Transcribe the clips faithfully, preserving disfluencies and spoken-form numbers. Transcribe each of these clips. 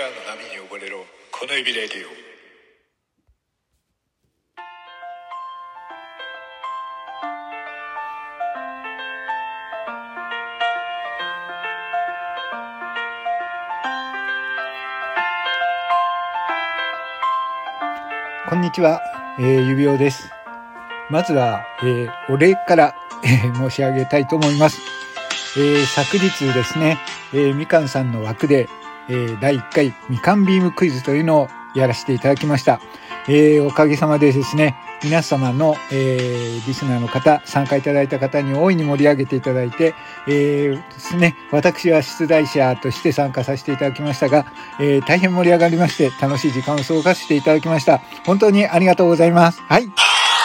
ーの波に溺れろ、この指レディオ。 こんにちは、えー、指輪です。まずは、えー、お礼から、えー、申し上げたいと思います。えー、昨日ですね、えー、みかんさんの枠で、えー、だいいっかいみかんビームクイズというのをやらせていただきました。えー、おかげさまでですね、皆様の、えー、リスナーの方、参加いただいた方に大いに盛り上げていただいて、えー、ですね、私は出題者として参加させていただきましたが、えー、大変盛り上がりまして、楽しい時間を過ごさせていただきました。本当にありがとうございます。はい。はい、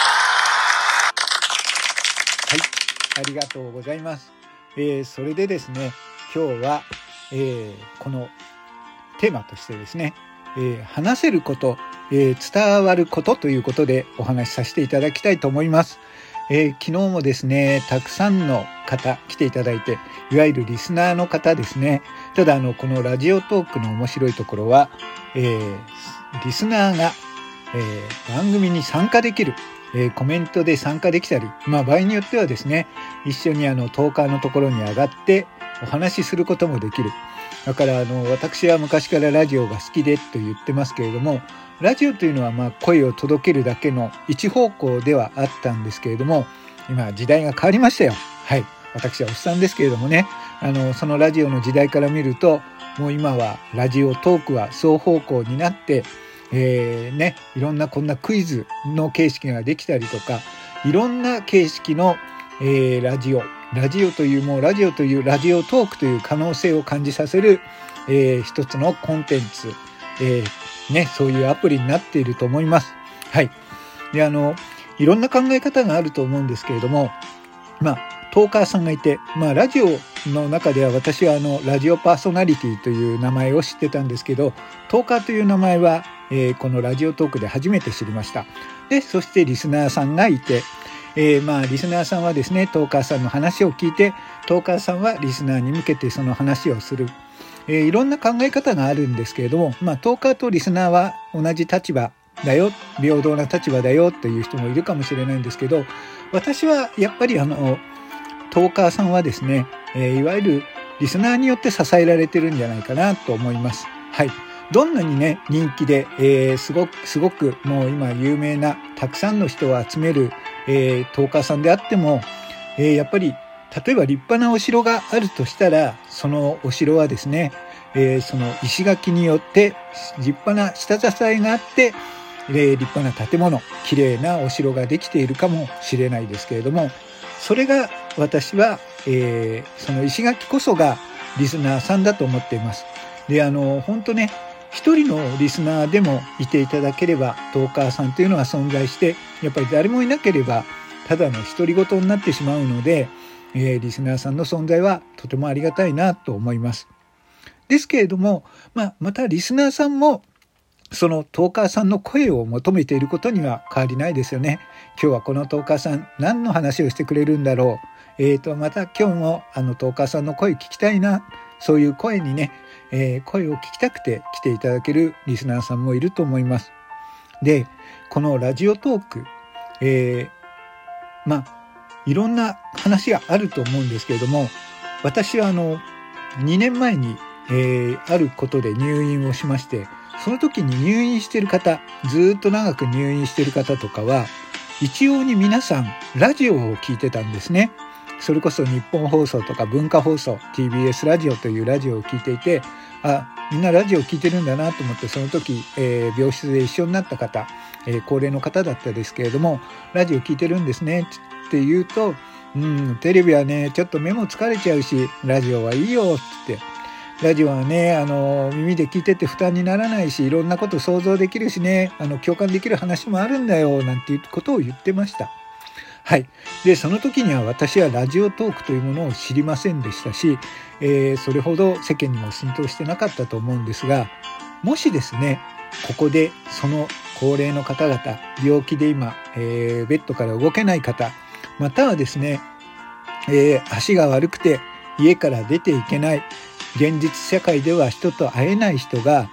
ありがとうございます。えー、それでですね、今日は、えー、このテーマとしてですね、えー、話せること、えー、伝わることということでお話しさせていただきたいと思います。えー、昨日もですね、たくさんの方来ていただいて、いわゆるリスナーの方ですね。ただあのこのラジオトークの面白いところは、えー、リスナーが、えー、番組に参加できる、えー、コメントで参加できたり、まあ場合によってはですね、一緒にあのトーカーのところに上がってお話しすることもできる。だからあの私は昔からラジオが好きでと言ってますけれども、ラジオというのはまあ声を届けるだけの一方向ではあったんですけれども、今時代が変わりましたよ。はい、私はおっさんですけれどもね、あのそのラジオの時代から見ると、もう今はラジオトークは双方向になって、えー、ね、いろんなこんなクイズの形式ができたりとか、いろんな形式の、えー、ラジオラジオというもうラジオというラジオトークという可能性を感じさせる、えー、一つのコンテンツ、えー、ね、そういうアプリになっていると思います。はい。で、あのいろんな考え方があると思うんですけれども、まあトーカーさんがいて、まあラジオの中では私はあのラジオパーソナリティという名前を知ってたんですけど、トーカーという名前は、えー、このラジオトークで初めて知りました。で、そしてリスナーさんがいて、えー、まあリスナーさんはですね、トーカーさんの話を聞いて、トーカーさんはリスナーに向けてその話をする、えー、いろんな考え方があるんですけれども、まあトーカーとリスナーは同じ立場だよ、平等な立場だよという人もいるかもしれないんですけど、私はやっぱりあのトーカーさんはですね、えー、いわゆるリスナーによって支えられてるんじゃないかなと思います。はい。どんなにね、人気で、えー、すごく、すごくもう今有名なたくさんの人を集める、えー、トーカーさんであっても、えー、やっぱり、例えば立派なお城があるとしたら、そのお城はですね、えー、その石垣によって立派な下支えがあって、えー、立派な建物、綺麗なお城ができているかもしれないですけれども、それが私は、えー、その石垣こそがリスナーさんだと思っています。で、あの、本当ね、一人のリスナーでもいていただければ、トーカーさんというのは存在して、やっぱり誰もいなければ、ただの独り言になってしまうので、えー、リスナーさんの存在はとてもありがたいなと思います。ですけれども、まあ、またリスナーさんも、そのトーカーさんの声を求めていることには変わりないですよね。今日はこのトーカーさん、何の話をしてくれるんだろう。えーと、また今日もあのトーカーさんの声聞きたいな。そういう声にね、えー、声を聞きたくて来ていただけるリスナーさんもいると思います。で、このラジオトーク、えー、まあ、いろんな話があると思うんですけれども、私はあの、にねんまえに、えー、あることで入院をしまして、その時に入院している方、ずっと長く入院している方とかは、一様に皆さんラジオを聞いてたんですね。それこそ日本放送とか文化放送 ティービーエス ラジオというラジオを聞いていて、あ、みんなラジオを聞いてるんだなと思って、その時、えー、病室で一緒になった方、えー、高齢の方だったですけれども、ラジオ聞いてるんですねって言うと、うん、テレビはねちょっと目も疲れちゃうし、ラジオはいいよってラジオはね、あの耳で聞いてて負担にならないし、いろんなこと想像できるしね、あの共感できる話もあるんだよなんていうことを言ってました。はい。で、その時には私はラジオトークというものを知りませんでしたし、えー、それほど世間にも浸透してなかったと思うんですが、もしですね、ここでその高齢の方々、病気で今、えー、ベッドから動けない方、またはですね、えー、足が悪くて家から出ていけない、現実社会では人と会えない人が、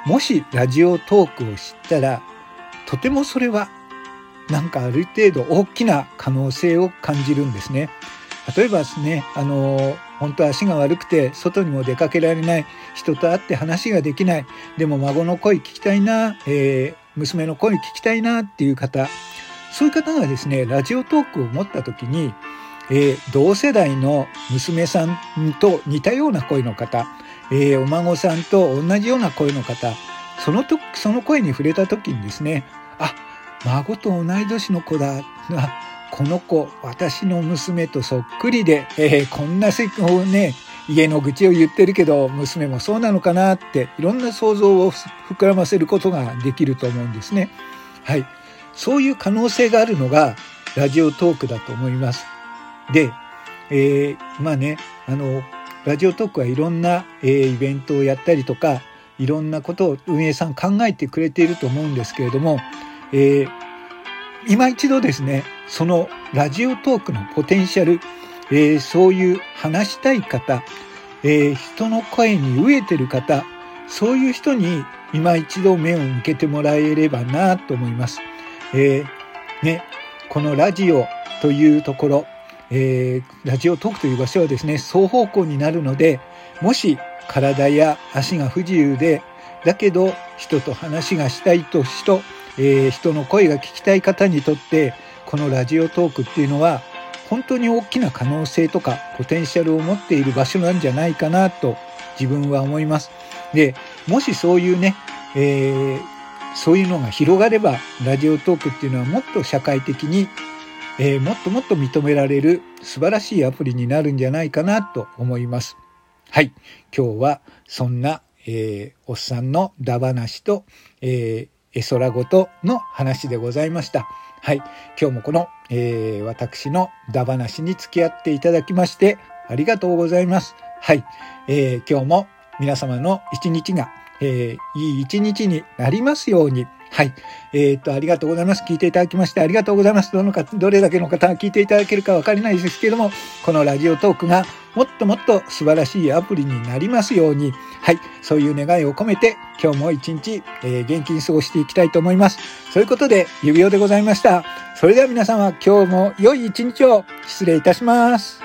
もしラジオトークを知ったら、とてもそれはなんかある程度大きな可能性を感じるんですね。例えばですね、あの本当足が悪くて外にも出かけられない、人と会って話ができない、でも孫の声聞きたいな、えー、娘の声聞きたいなっていう方、そういう方がですねラジオトークを持った時に、えー、同世代の娘さんと似たような声の方、えー、お孫さんと同じような声の方、そのとその声に触れた時にですね、あ、孫と同い年の子だ、この子私の娘とそっくりで、えー、こんなせこうね家の愚痴を言ってるけど娘もそうなのかなって、いろんな想像を膨らませることができると思うんですね。はい、そういう可能性があるのがラジオトークだと思います。で、えー、まあね、あのラジオトークはいろんな、えー、イベントをやったりとか、いろんなことを運営さん考えてくれていると思うんですけれども、えー、今一度ですね、そのラジオトークのポテンシャル、えー、そういう話したい方、えー、人の声に飢えてる方、そういう人に今一度目を向けてもらえればなと思います。えー、ね、このラジオというところ、えー、ラジオトークという場所はですね、双方向になるので、もし体や足が不自由で、だけど人と話がしたいと人、えー、人の声が聞きたい方にとって、このラジオトークっていうのは本当に大きな可能性とかポテンシャルを持っている場所なんじゃないかなと自分は思います。で、もしそういうね、えー、そういうのが広がれば、ラジオトークっていうのはもっと社会的に、えー、もっともっと認められる素晴らしいアプリになるんじゃないかなと思います。はい、今日はそんな、えー、おっさんのダ話と、えー、絵空事の話でございました。はい、今日もこの、えー、私のダ話に付き合っていただきましてありがとうございます。はい、えー、今日も皆様の一日が、えー、いい一日になりますように。はい。えー、っと、ありがとうございます。聞いていただきましてありがとうございます。どのか、どれだけの方が聞いていただけるかわかりないですけれども、このラジオトークがもっともっと素晴らしいアプリになりますように、はい。そういう願いを込めて、今日も一日、えー、元気に過ごしていきたいと思います。そういうことで、指輪でございました。それでは皆様、今日も良い一日を失礼いたします。